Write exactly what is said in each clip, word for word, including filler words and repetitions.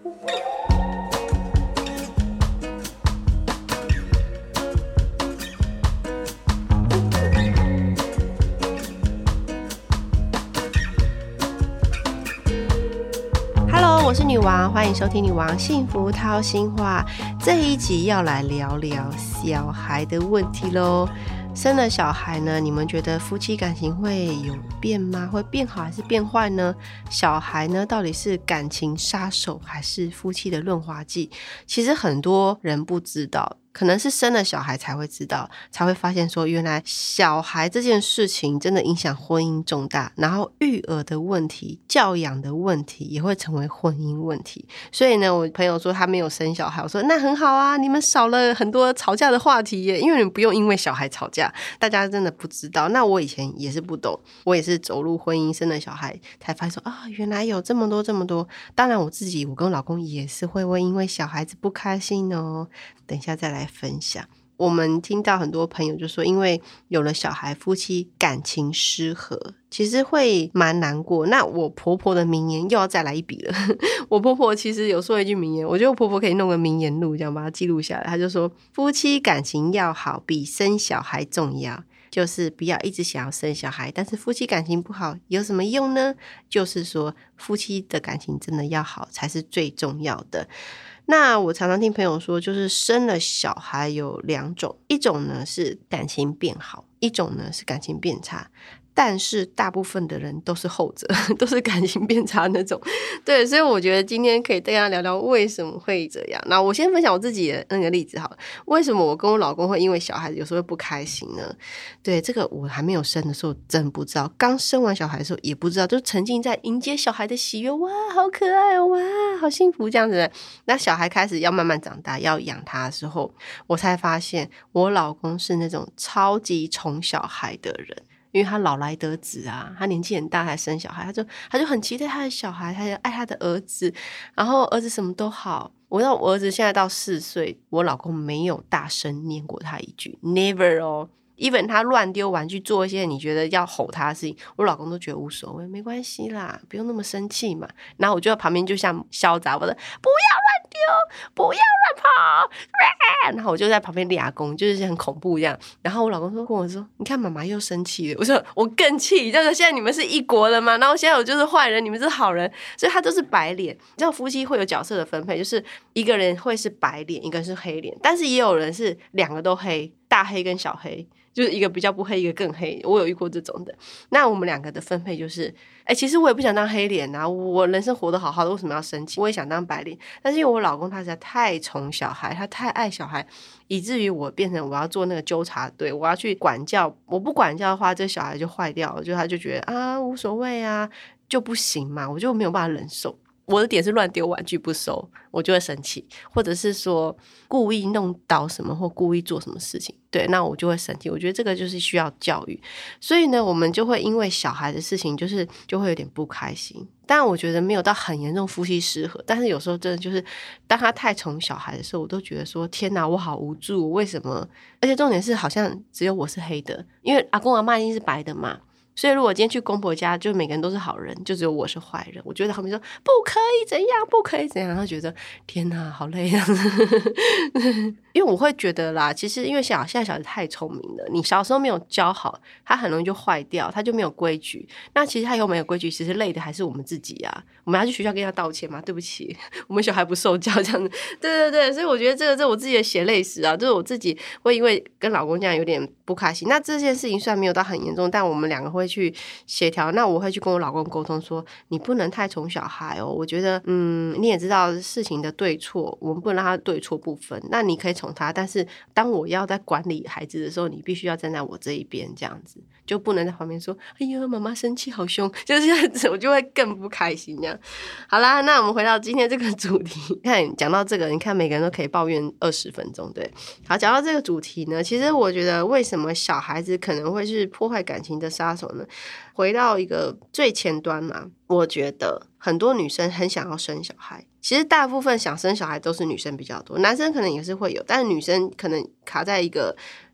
我是女王，欢迎收听女王幸福掏心话。这一集要来聊聊小孩的问题咯。生了小孩呢，你们觉得夫妻感情会有变吗？会变好还是变坏呢？小孩呢，到底是感情杀手还是夫妻的润滑剂？其实很多人不知道，可能是生了小孩才会知道，才会发现说原来小孩这件事情真的影响婚姻重大，然后育儿的问题、教养的问题也会成为婚姻问题。所以呢，我朋友说他没有生小孩，我说那很好啊，你们少了很多吵架的话题耶，因为你们不用因为小孩吵架，大家真的不知道。那我以前也是不懂，我也是走入婚姻生了小孩才发现说啊，原来有这么多这么多。当然我自己我跟我老公也是会会因为小孩子不开心哦，等一下再来分享。我们听到很多朋友就说因为有了小孩夫妻感情失和，其实会蛮难过。那我婆婆的名言又要再来一笔了我婆婆其实有说一句名言，我觉得我婆婆可以弄个名言录，这样把它记录下来。她就说夫妻感情要好比生小孩重要，就是不要一直想要生小孩，但是夫妻感情不好有什么用呢？就是说夫妻的感情真的要好才是最重要的。那我常常听朋友说，就是生了小孩有两种，一种呢是感情变好，一种呢是感情变差。但是大部分的人都是后者，都是感情变差那种。对，所以我觉得今天可以跟大家聊聊为什么会这样。那我先分享我自己的那个例子好了，为什么我跟我老公会因为小孩子有时候会不开心呢？对，这个我还没有生的时候真不知道，刚生完小孩的时候也不知道，就沉浸在迎接小孩的喜悦，哇好可爱哦，哇好幸福这样子的。那小孩开始要慢慢长大要养他的时候，我才发现我老公是那种超级宠小孩的人，因为他老来得子啊，他年纪很大还生小孩，他就他就很期待他的小孩，他就爱他的儿子，然后儿子什么都好。我让我儿子现在到四岁，我老公没有大声念过他一句 never 哦，even 他乱丢玩具做一些你觉得要吼他的事情，我老公都觉得无所谓，没关系啦，不用那么生气嘛。然后我就在旁边就像潇洒，我说不要乱丢，不要乱跑，然后我就在旁边俩公，就是很恐怖这样。然后我老公说跟我说，你看妈妈又生气了。我说我更气，就是现在你们是一国的嘛，然后现在我就是坏人，你们是好人，所以他都是白脸。你知道夫妻会有角色的分配，就是一个人会是白脸，一个是黑脸，但是也有人是两个都黑，大黑跟小黑，就是一个比较不黑，一个更黑，我有遇过这种的。那我们两个的分配就是哎、欸，其实我也不想当黑脸啊，我人生活得好好的，为什么要生气？我也想当白脸，但是因为我老公他实在太宠小孩，他太爱小孩，以至于我变成我要做那个纠察队，我要去管教，我不管教的话这小孩就坏掉了，就他就觉得啊无所谓啊，就不行嘛，我就没有办法忍受。我的点是乱丢玩具不收，我就会生气，或者是说故意弄倒什么或故意做什么事情，对，那我就会生气。我觉得这个就是需要教育，所以呢我们就会因为小孩的事情就是就会有点不开心。当然我觉得没有到很严重夫妻失和，但是有时候真的就是当他太宠小孩的时候，我都觉得说天哪我好无助，为什么？而且重点是好像只有我是黑的，因为阿公阿嬷一定是白的嘛，所以如果今天去公婆家就每个人都是好人，就只有我是坏人，我觉得他们说不可以怎样不可以怎样，他觉得天哪好累啊因为我会觉得啦，其实因为小现在小孩太聪明了，你小时候没有教好他很容易就坏掉，他就没有规矩。那其实他以后没有规矩，其实累的还是我们自己啊，我们要去学校跟他道歉嘛，对不起我们小孩不受教这样子。对对对，所以我觉得这个这是我自己的血泪史啊，就是我自己会因为跟老公这样有点不开心。那这件事情虽然没有到很严重，但我们两个会去协调。那我会去跟我老公沟通说，你不能太宠小孩哦，我觉得嗯你也知道事情的对错，我们不能让他对错不分，那你可以宠他，但是当我要在管理孩子的时候，你必须要站在我这一边，这样子就不能在旁边说哎呀妈妈生气好凶，就是这样子我就会更不开心这样。好啦，那我们回到今天这个主题，看讲到这个，你看每个人都可以抱怨二十分钟，对。好，讲到这个主题呢，其实我觉得为什么小孩子可能会是破坏感情的杀手呢？回到一个最前端嘛，我觉得很多女生很想要生小孩，其实大部分想生小孩都是女生比较多，男生可能也是会有，但是女生可能卡在一个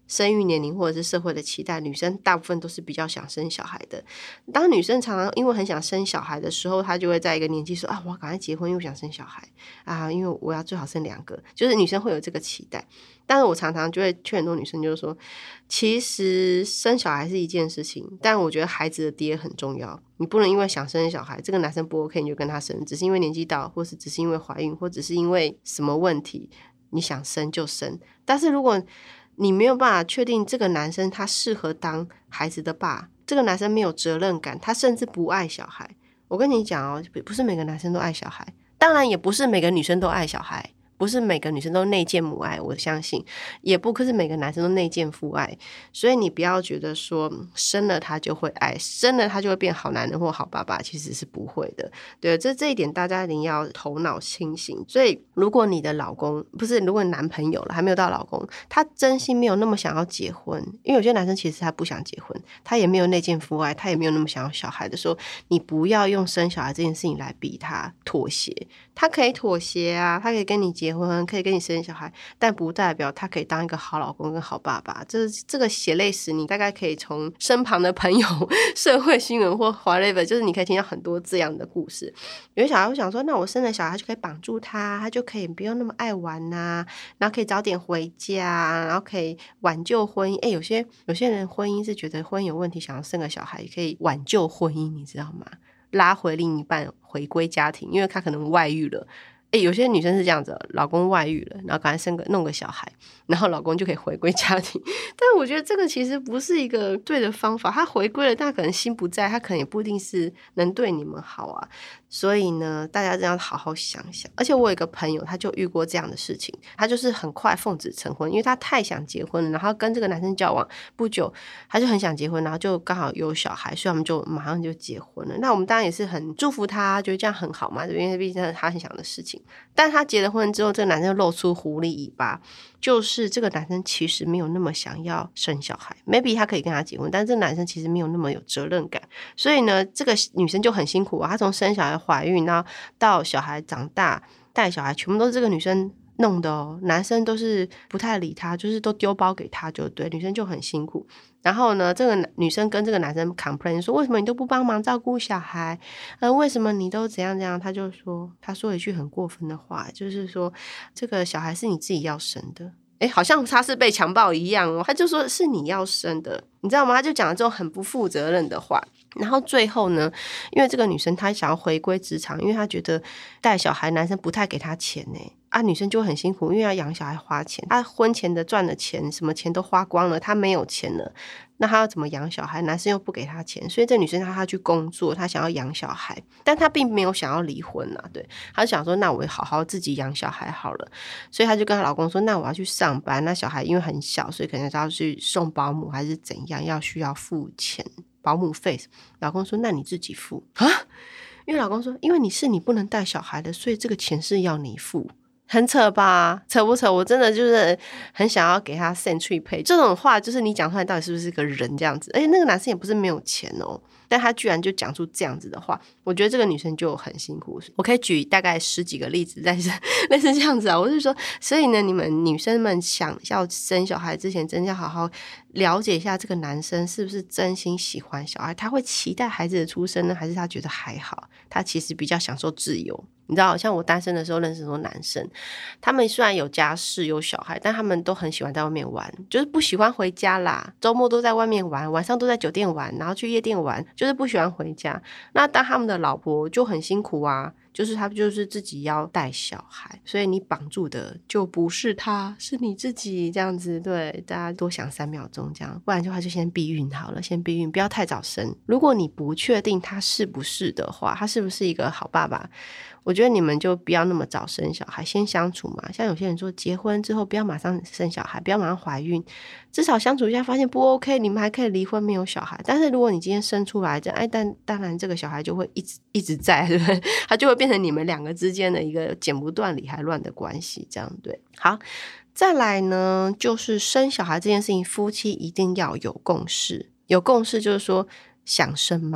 生育年龄或者是社会的期待，女生大部分都是比较想生小孩的。当女生常常因为很想生小孩的时候，她就会在一个年纪说啊，我要赶快结婚，因为我想生小孩啊，因为我要最好生两个，就是女生会有这个期待。但是我常常就会劝很多女生，就是说其实生小孩是一件事情，但我觉得孩子的爹很重要，你不能因为想生小孩这个男生不 OK 你就跟他生，只是因为年纪到，或是只是因为怀孕，或只是因为什么问题你想生就生。但是如果你没有办法确定这个男生他适合当孩子的爸，这个男生没有责任感，他甚至不爱小孩，我跟你讲哦，不是每个男生都爱小孩，当然也不是每个女生都爱小孩，不是每个女生都内建母爱，我相信也不可是每个男生都内建父爱。所以你不要觉得说生了他就会爱，生了他就会变好男人或好爸爸，其实是不会的。对，这这一点大家一定要头脑清醒。所以如果你的老公不是如果你男朋友了还没有到老公，他真心没有那么想要结婚，因为有些男生其实他不想结婚，他也没有内建父爱，他也没有那么想要小孩的时候，你不要用生小孩这件事情来逼他妥协。他可以妥协啊，他可以跟你结婚，可以跟你生小孩，但不代表他可以当一个好老公跟好爸爸。这这个血泪史你大概可以从身旁的朋友社会新闻或 whatever， 就是你可以听到很多这样的故事。有些小孩会想说，那我生了小孩就可以绑住他，他就可以不用那么爱玩啊，然后可以早点回家，然后可以挽救婚姻。诶，有些有些人婚姻是觉得婚姻有问题，想要生个小孩也可以挽救婚姻，你知道吗？拉回另一半，回归家庭，因为他可能外遇了。诶，有些女生是这样子，老公外遇了，然后赶快生个弄个小孩，然后老公就可以回归家庭。但我觉得这个其实不是一个对的方法，他回归了，但他可能心不在，他可能也不一定是能对你们好啊。所以呢，大家真的要好好想想。而且我有一个朋友，他就遇过这样的事情，他就是很快奉子成婚，因为他太想结婚了，然后跟这个男生交往不久，他就很想结婚，然后就刚好有小孩，所以他们就马上就结婚了。那我们当然也是很祝福他，觉得这样很好嘛，因为毕竟是他很想的事情。但他结了婚之后，这个男生露出狐狸尾巴，就是这个男生其实没有那么想要生小孩， maybe 他可以跟他结婚，但这个男生其实没有那么有责任感。所以呢，这个女生就很辛苦啊，她从生小孩、怀孕，然后到小孩长大带小孩，全部都是这个女生弄的哦，男生都是不太理她，就是都丢包给她就对，女生就很辛苦。然后呢，这个女生跟这个男生 complain 说，为什么你都不帮忙照顾小孩，呃，为什么你都怎样怎样。他就说，他说一句很过分的话，就是说这个小孩是你自己要生的。诶，好像他是被强暴一样哦，他就说是你要生的，你知道吗？他就讲了这种很不负责任的话。然后最后呢，因为这个女生她想要回归职场，因为她觉得带小孩男生不太给她钱呢，啊，女生就很辛苦，因为要养小孩花钱，她婚前的赚的钱什么钱都花光了，她没有钱了，那她要怎么养小孩？男生又不给她钱，所以这女生她她去工作，她想要养小孩，但她并没有想要离婚啊，对，她就想说那我好好自己养小孩好了，所以她就跟她老公说，那我要去上班，那小孩因为很小，所以可能要去送保姆还是怎样，要需要付钱保姆费。老公说那你自己付啊，因为老公说因为你是你不能带小孩的，所以这个钱是要你付。很扯吧，扯不扯？我真的就是很想要给他 send 去配这种话，就是你讲出来到底是不是个人这样子。而且那个男生也不是没有钱哦，但他居然就讲出这样子的话，我觉得这个女生就很辛苦。我可以举大概十几个例子，但是类似这样子啊。我是说，所以呢，你们女生们想要生小孩之前，真的要好好了解一下这个男生是不是真心喜欢小孩，他会期待孩子的出生呢，还是他觉得还好，他其实比较享受自由。你知道像我单身的时候认识很多男生，他们虽然有家室有小孩，但他们都很喜欢在外面玩，就是不喜欢回家啦，周末都在外面玩，晚上都在酒店玩，然后去夜店玩，就是不喜欢回家。那当他们的老婆就很辛苦啊，就是他就是自己要带小孩，所以你绑住的就不是他，是你自己这样子。对，大家多想三秒钟这样，不然的话就先避孕好了，先避孕，不要太早生。如果你不确定他是不是的话，他是不是一个好爸爸，我觉得你们就不要那么早生小孩，先相处嘛。像有些人说结婚之后不要马上生小孩，不要马上怀孕，至少相处一下发现不 OK， 你们还可以离婚没有小孩。但是如果你今天生出来这样，哎，但当然这个小孩就会一直一直在，对不对？他就会变成你们两个之间的一个剪不断理还乱的关系，这样对。好，再来呢，就是生小孩这件事情，夫妻一定要有共识。有共识就是说，想生吗？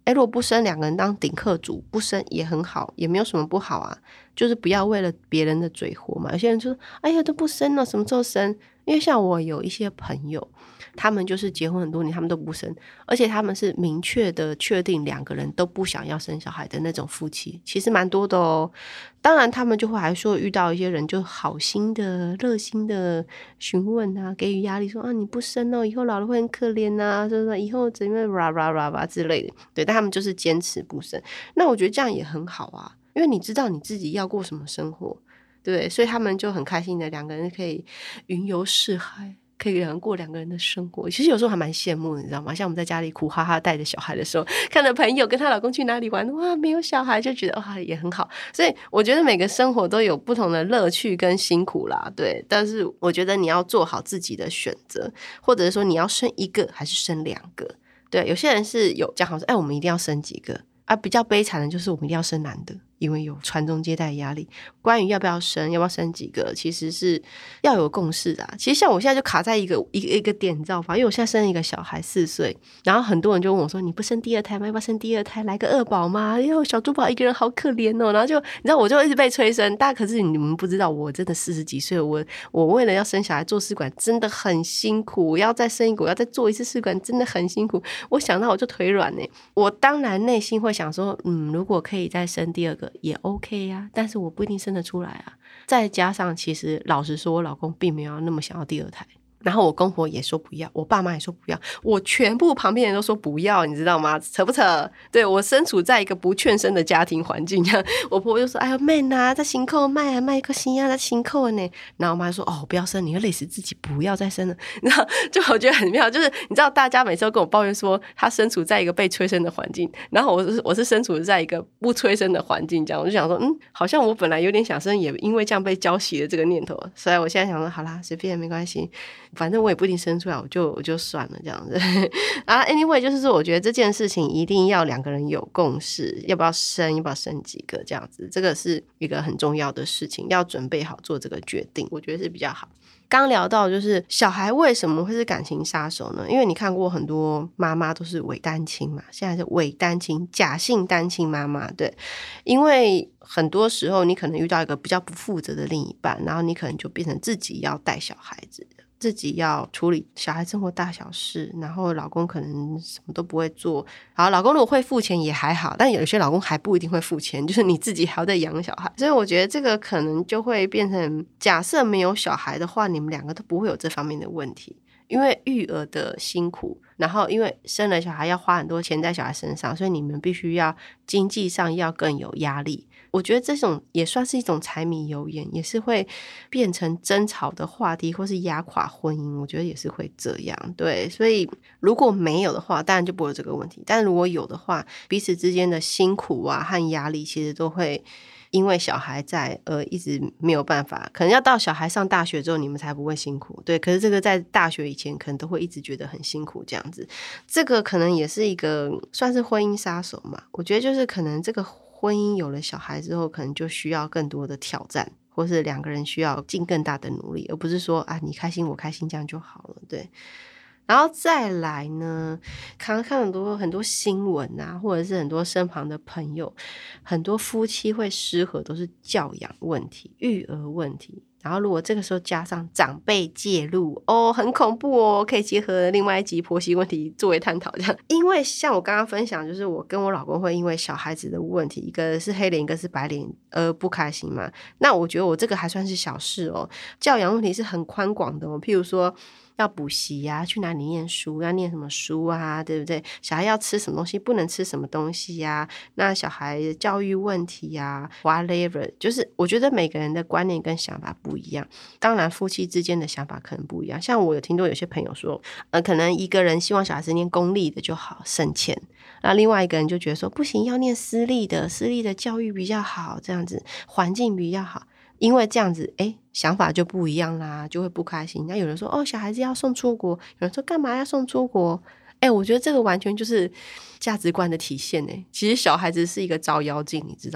哎，如果不生，两个人当顶客族，不生也很好，也没有什么不好啊，就是不要为了别人的嘴活嘛。有些人就说哎呀都不生了，什么时候生？因为像我有一些朋友，他们就是结婚很多年他们都不生，而且他们是明确的确定两个人都不想要生小孩的那种夫妻，其实蛮多的哦。当然他们就会还说遇到一些人就好心的热心的询问啊，给予压力说啊你不生哦，以后老了会很可怜啊，是不是以后怎么样啦啦啦啦之类的。对，但他们就是坚持不生。那我觉得这样也很好啊，因为你知道你自己要过什么生活，对，所以他们就很开心的两个人可以云游四海，可以两个人过两个人的生活。其实有时候还蛮羡慕的，你知道吗？像我们在家里苦哈哈带着小孩的时候，看着朋友跟她老公去哪里玩，哇没有小孩就觉得哇也很好。所以我觉得每个生活都有不同的乐趣跟辛苦啦，对，但是我觉得你要做好自己的选择，或者是说你要生一个还是生两个。对，有些人是有讲好说哎我们一定要生几个啊，比较悲惨的就是我们一定要生男的，因为有传宗接代压力。关于要不要生要不要生几个，其实是要有共识的啊。其实像我现在就卡在一个一个一个点，你知道吗？因为我现在生一个小孩四岁，然后很多人就问我说你不生第二胎吗？要不要生第二胎来个二宝吗？因为小珠宝一个人好可怜哦。然后就你知道我就一直被催生，但可是你们不知道我真的四十几岁，我我为了要生小孩做试管真的很辛苦，我要再生一个我要再做一次试管真的很辛苦，我想到我就腿软耶。我当然内心会想说嗯，如果可以再生第二个也 OK 啊，但是我不一定生得出来啊。再加上其实老实说我老公并没有那么想要第二胎，然后我公婆也说不要，我爸妈也说不要，我全部旁边人都说不要，你知道吗？扯不扯？对，我身处在一个不劝生的家庭环境，我婆婆就说哎呦妹啊在辛苦卖啊卖个心啊在辛苦呢，然后我妈说哦不要生你会累死自己，不要再生了。然后就我觉得很妙，就是你知道大家每次都跟我抱怨说他身处在一个被催生的环境，然后我是我是身处在一个不催生的环境，这样我就想说嗯好像我本来有点想生，也因为这样被浇熄了这个念头，所以我现在想说好啦随便没关系，反正我也不一定生出来，我就我就算了这样子啊。anyway 就是说我觉得这件事情一定要两个人有共识，要不要生要不要生几个这样子，这个是一个很重要的事情，要准备好做这个决定，我觉得是比较好。刚聊到就是小孩为什么会是感情杀手呢？因为你看过很多妈妈都是伪单亲嘛，现在是伪单亲假性单亲妈妈，对，因为很多时候你可能遇到一个比较不负责的另一半，然后你可能就变成自己要带小孩子，自己要处理小孩生活大小事，然后老公可能什么都不会做。好，老公如果会付钱也还好，但有些老公还不一定会付钱，就是你自己还要再养小孩。所以我觉得这个可能就会变成，假设没有小孩的话，你们两个都不会有这方面的问题。因为育儿的辛苦，然后因为生了小孩要花很多钱在小孩身上，所以你们必须要经济上要更有压力。我觉得这种也算是一种柴米油盐，也是会变成争吵的话题，或是压垮婚姻，我觉得也是会这样。对，所以如果没有的话当然就不会有这个问题，但如果有的话，彼此之间的辛苦啊和压力其实都会因为小孩在而一直没有办法，可能要到小孩上大学之后你们才不会辛苦，对，可是这个在大学以前可能都会一直觉得很辛苦这样子，这个可能也是一个算是婚姻杀手嘛。我觉得就是可能这个婚姻有了小孩之后可能就需要更多的挑战，或是两个人需要尽更大的努力，而不是说啊你开心我开心这样就好了，对。然后再来呢，看看很多很多新闻啊，或者是很多身旁的朋友，很多夫妻会失和都是教养问题、育儿问题，然后如果这个时候加上长辈介入，哦很恐怖哦，可以结合另外一集婆媳问题作为探讨这样。因为像我刚刚分享，就是我跟我老公会因为小孩子的问题，一个是黑脸一个是白脸而不开心嘛，那我觉得我这个还算是小事哦。教养问题是很宽广的哦，譬如说要补习啊，去哪里念书，要念什么书啊，对不对？小孩要吃什么东西，不能吃什么东西啊，那小孩的教育问题啊 whatever， 就是我觉得每个人的观念跟想法不一样，当然夫妻之间的想法可能不一样。像我有听到有些朋友说呃，可能一个人希望小孩子念公立的就好省钱，那另外一个人就觉得说不行要念私立的，私立的教育比较好，这样子环境比较好，因为这样子诶想法就不一样啦，就会不开心。那有人说哦小孩子要送出国，有人说干嘛要送出国，诶我觉得这个完全就是价值观的体现诶。其实小孩子是一个照妖镜，你知道吗？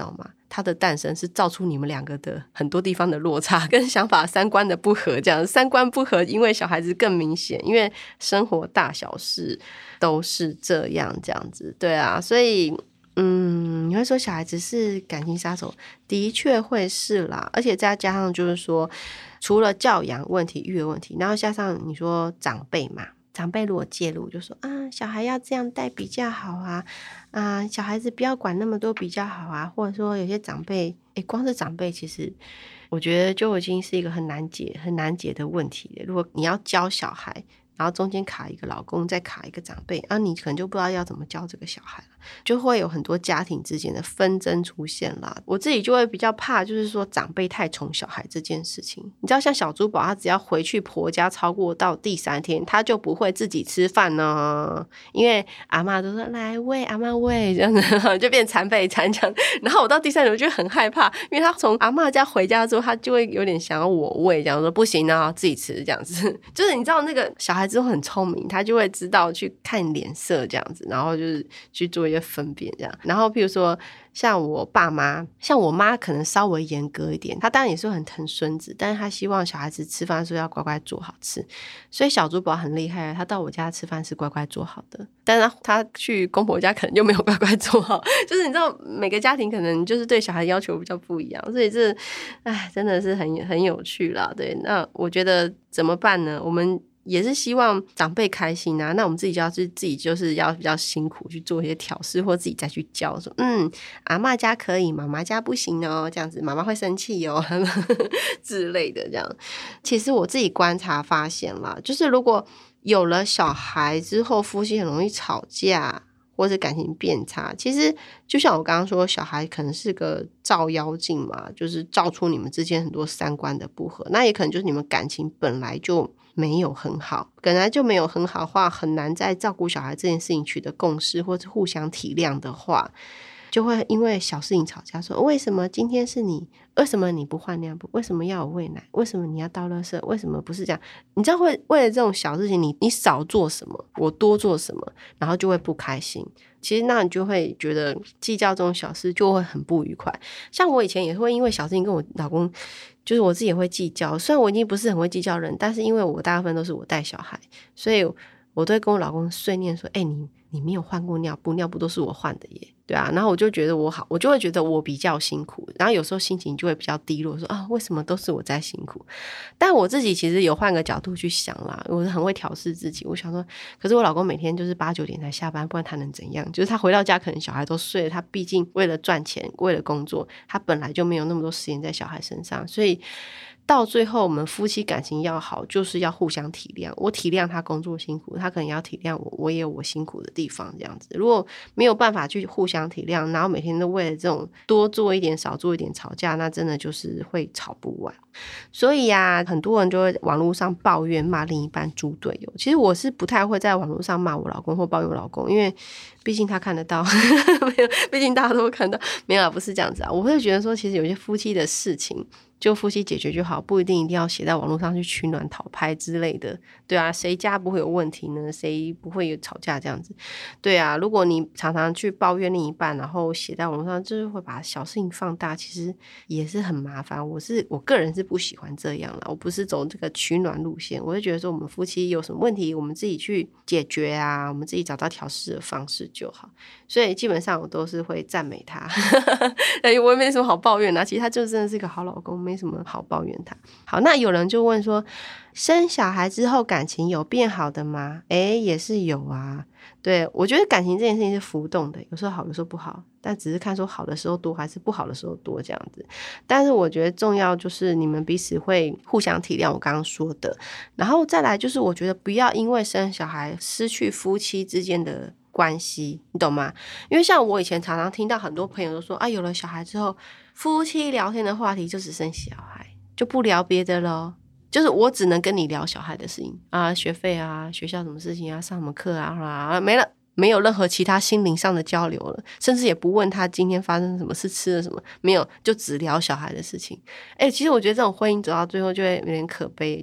它的诞生是造出你们两个的很多地方的落差跟想法三观的不合，这样三观不合因为小孩子更明显，因为生活大小事都是这样这样子。对啊，所以嗯，你会说小孩子是感情杀手，的确会是啦，而且再加上就是说除了教养问题育儿问题，然后加上你说长辈嘛，长辈如果介入就说啊，小孩要这样带比较好啊，啊，小孩子不要管那么多比较好啊，或者说有些长辈诶光是长辈其实我觉得就已经是一个很难解很难解的问题了。如果你要教小孩，然后中间卡一个老公再卡一个长辈啊，你可能就不知道要怎么教这个小孩了，就会有很多家庭之间的纷争出现啦。我自己就会比较怕就是说长辈太宠小孩这件事情。你知道像小珠宝他只要回去婆家超过到第三天他就不会自己吃饭呢，因为阿嬷都说来喂阿嬷喂这样子，就变残废残这样。然后我到第三天我就很害怕，因为他从阿嬷家回家之后他就会有点想要我喂，这样说不行啊自己吃这样子。就是你知道那个小孩子都很聪明，他就会知道去看脸色这样子，然后就是去做一些分辨这样。然后譬如说像我爸妈，像我妈可能稍微严格一点，她当然也是很疼孙子，但是她希望小孩子吃饭的时候要乖乖做好吃，所以小珠宝很厉害，她到我家吃饭是乖乖做好的，但是她去公婆家可能就没有乖乖做好。就是你知道每个家庭可能就是对小孩要求比较不一样，所以这哎真的是很很有趣啦。对，那我觉得怎么办呢？我们也是希望长辈开心啊，那我们自己就要自己就是要比较辛苦去做一些调试，或自己再去教说嗯阿嬷家可以妈妈家不行哦，这样子妈妈会生气哦之类的这样。其实我自己观察发现啦，就是如果有了小孩之后夫妻很容易吵架或者感情变差，其实就像我刚刚说小孩可能是个照妖镜嘛，就是照出你们之间很多三观的不合，那也可能就是你们感情本来就没有很好，本来就没有很好的话，很难在照顾小孩这件事情取得共识或者互相体谅的话，就会因为小事情吵架，说为什么今天是你，为什么你不换尿布，为什么要我喂奶，为什么你要倒垃圾，为什么不是这样。你知道会为了这种小事情你你少做什么我多做什么，然后就会不开心。其实那你就会觉得计较这种小事就会很不愉快。像我以前也会因为小事情跟我老公，就是我自己也会计较，虽然我已经不是很会计较人，但是因为我大部分都是我带小孩，所以我都会跟我老公碎念说，哎、欸，你你没有换过尿布，尿布都是我换的耶，对啊。然后我就觉得我好，我就会觉得我比较辛苦，然后有时候心情就会比较低落，说啊，为什么都是我在辛苦。但我自己其实有换个角度去想啦，我很会调试自己，我想说可是我老公每天就是八九点才下班，不然他能怎样，就是他回到家可能小孩都睡了，他毕竟为了赚钱为了工作，他本来就没有那么多时间在小孩身上，所以到最后我们夫妻感情要好就是要互相体谅，我体谅他工作辛苦，他可能也要体谅我，我也有我辛苦的地方这样子。如果没有办法去互相体谅，然后每天都为了这种多做一点少做一点吵架，那真的就是会吵不完。所以啊很多人就会网络上抱怨骂另一半猪队友，其实我是不太会在网络上骂我老公或抱怨我老公，因为毕竟他看得到没有，毕竟大家都看到，没有啦，不是这样子啊。我会觉得说其实有些夫妻的事情就夫妻解决就好，不一定一定要写在网络上去取暖讨拍之类的，对啊，谁家不会有问题呢？谁不会有吵架这样子？对啊，如果你常常去抱怨另一半，然后写在网络上，就是会把小事情放大，其实也是很麻烦。我是我个人是不喜欢这样啦，我不是走这个取暖路线，我就觉得说我们夫妻有什么问题我们自己去解决啊，我们自己找到调试的方式就好。所以基本上我都是会赞美他我也没什么好抱怨啊，其实他就真的是一个好老公，没什么好抱怨他。好，那有人就问说生小孩之后感情有变好的吗？诶，也是有啊。对，我觉得感情这件事情是浮动的，有时候好有时候不好，但只是看说好的时候多还是不好的时候多这样子。但是我觉得重要就是你们彼此会互相体谅，我刚刚说的。然后再来就是我觉得不要因为生小孩失去夫妻之间的关系，你懂吗？因为像我以前常常听到很多朋友都说啊，有了小孩之后夫妻聊天的话题就只剩小孩，就不聊别的了，就是我只能跟你聊小孩的事情啊，学费啊，学校什么事情啊，上什么课啊，啊没了，没有任何其他心灵上的交流了，甚至也不问他今天发生什么事，吃了什么，没有，就只聊小孩的事情。欸，其实我觉得这种婚姻走到最后就会有点可悲，就是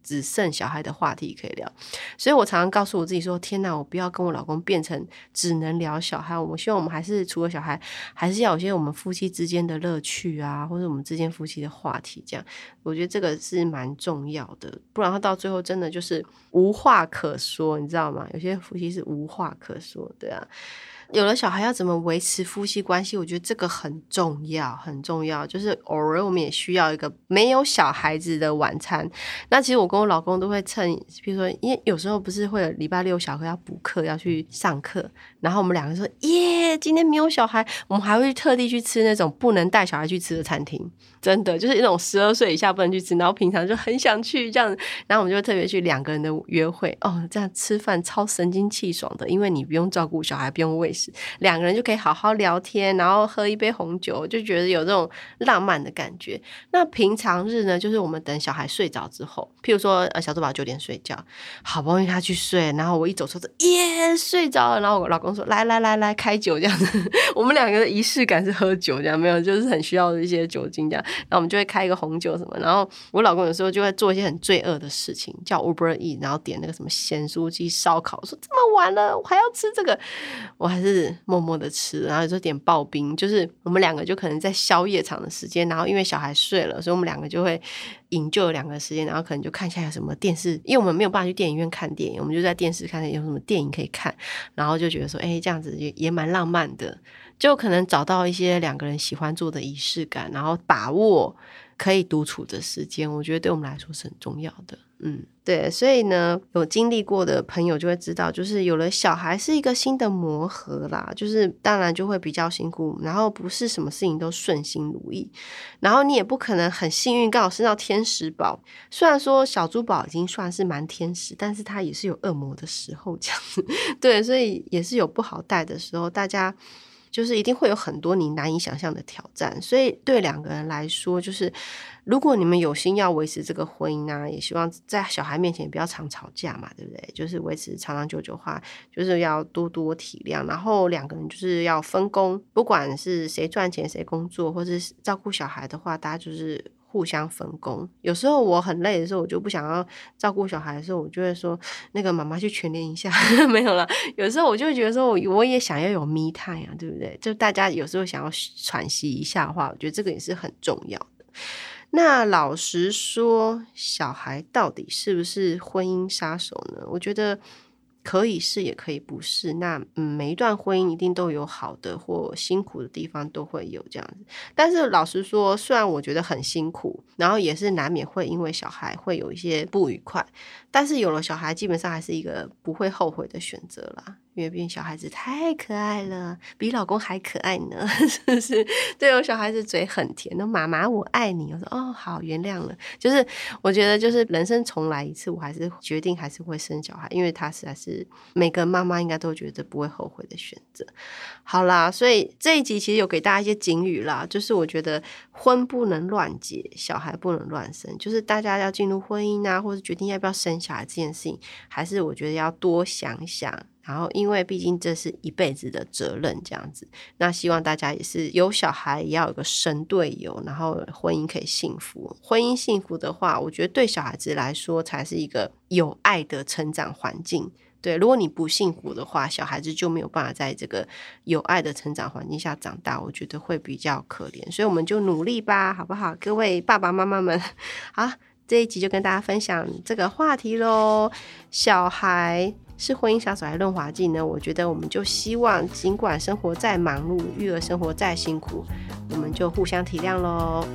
只剩小孩的话题可以聊。所以我常常告诉我自己说，天哪，我不要跟我老公变成只能聊小孩，我希望我们还是除了小孩还是要有些我们夫妻之间的乐趣啊，或者我们之间夫妻的话题，这样我觉得这个是蛮重要的，不然他到最后真的就是无话可说，你知道吗？有些夫妻是无话可说，对啊。有了小孩要怎么维持夫妻关系，我觉得这个很重要很重要，就是偶尔我们也需要一个没有小孩子的晚餐。那其实我跟我老公都会趁，比如说因为有时候不是会有礼拜六小课要补课要去上课，然后我们两个说耶今天没有小孩，我们还会特地去吃那种不能带小孩去吃的餐厅，真的就是那种十二岁以下不能去吃，然后平常就很想去这样，然后我们就会特别去两个人的约会哦，这样吃饭超神清气爽的，因为你不用照顾小孩不用喂食，两个人就可以好好聊天，然后喝一杯红酒，就觉得有这种浪漫的感觉。那平常日呢，就是我们等小孩睡着之后，譬如说呃，小周宝九点睡觉，好不容易他去睡，然后我一走出去耶睡着了，然后我老公说来来来来开酒这样子我们两个的仪式感是喝酒这样，没有就是很需要一些酒精这样，然后我们就会开一个红酒什么，然后我老公有时候就会做一些很罪恶的事情，叫 Uber Eats， 然后点那个什么咸酥鸡烧烤，我说这么晚了我还要吃这个，我还是默默的吃，然后有时候点刨冰，就是我们两个就可能在宵夜场的时间，然后因为小孩睡了，所以我们两个就会营救两个时间，然后可能就看一下有什么电视，因为我们没有办法去电影院看电影，我们就在电视看有什么电影可以看，然后就觉得说哎，这样子也也蛮浪漫的，就可能找到一些两个人喜欢做的仪式感，然后把握可以独处的时间，我觉得对我们来说是很重要的。嗯，对，所以呢有经历过的朋友就会知道，就是有了小孩是一个新的磨合啦，就是当然就会比较辛苦，然后不是什么事情都顺心如意，然后你也不可能很幸运刚好生到天使宝，虽然说小猪宝已经算是蛮天使，但是他也是有恶魔的时候这样子对，所以也是有不好带的时候，大家就是一定会有很多你难以想象的挑战，所以对两个人来说，就是如果你们有心要维持这个婚姻啊，也希望在小孩面前不要常吵架嘛，对不对？就是维持长长久久的话，就是要多多体谅，然后两个人就是要分工，不管是谁赚钱谁工作，或是照顾小孩的话，大家就是互相分工。有时候我很累的时候，我就不想要照顾小孩的时候，我就会说那个妈妈去全联一下没有啦，有时候我就会觉得说我我也想要有 me time 啊，对不对？就大家有时候想要喘息一下的话，我觉得这个也是很重要的。那老实说，小孩到底是不是婚姻杀手呢？我觉得可以是也可以不是，那、嗯、每一段婚姻一定都有好的或辛苦的地方，都会有这样子。但是老实说，虽然我觉得很辛苦，然后也是难免会因为小孩会有一些不愉快，但是有了小孩基本上还是一个不会后悔的选择啦，因为毕竟小孩子太可爱了，比老公还可爱呢是不是？对，我小孩子嘴很甜，那妈妈我爱你，我说哦好原谅了，就是我觉得就是人生重来一次，我还是决定还是会生小孩，因为他实在是每个妈妈应该都觉得不会后悔的选择。好啦，所以这一集其实有给大家一些警语啦，就是我觉得婚不能乱结，小孩不能乱生，就是大家要进入婚姻啊，或者决定要不要生小孩这件事情，还是我觉得要多想想，然后因为毕竟这是一辈子的责任这样子，那希望大家也是有小孩也要有个神队友，然后婚姻可以幸福。婚姻幸福的话，我觉得对小孩子来说才是一个有爱的成长环境。对，如果你不幸福的话，小孩子就没有办法在这个有爱的成长环境下长大，我觉得会比较可怜，所以我们就努力吧，好不好？各位爸爸妈妈们，好，这一集就跟大家分享这个话题咯。小孩是婚姻杀手还是润滑剂呢？我觉得我们就希望尽管生活再忙碌，育儿生活再辛苦，我们就互相体谅咯。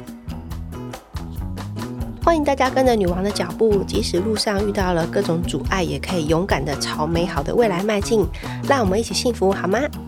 欢迎大家跟着女王的脚步，即使路上遇到了各种阻碍，也可以勇敢的朝美好的未来迈进。让我们一起幸福好吗？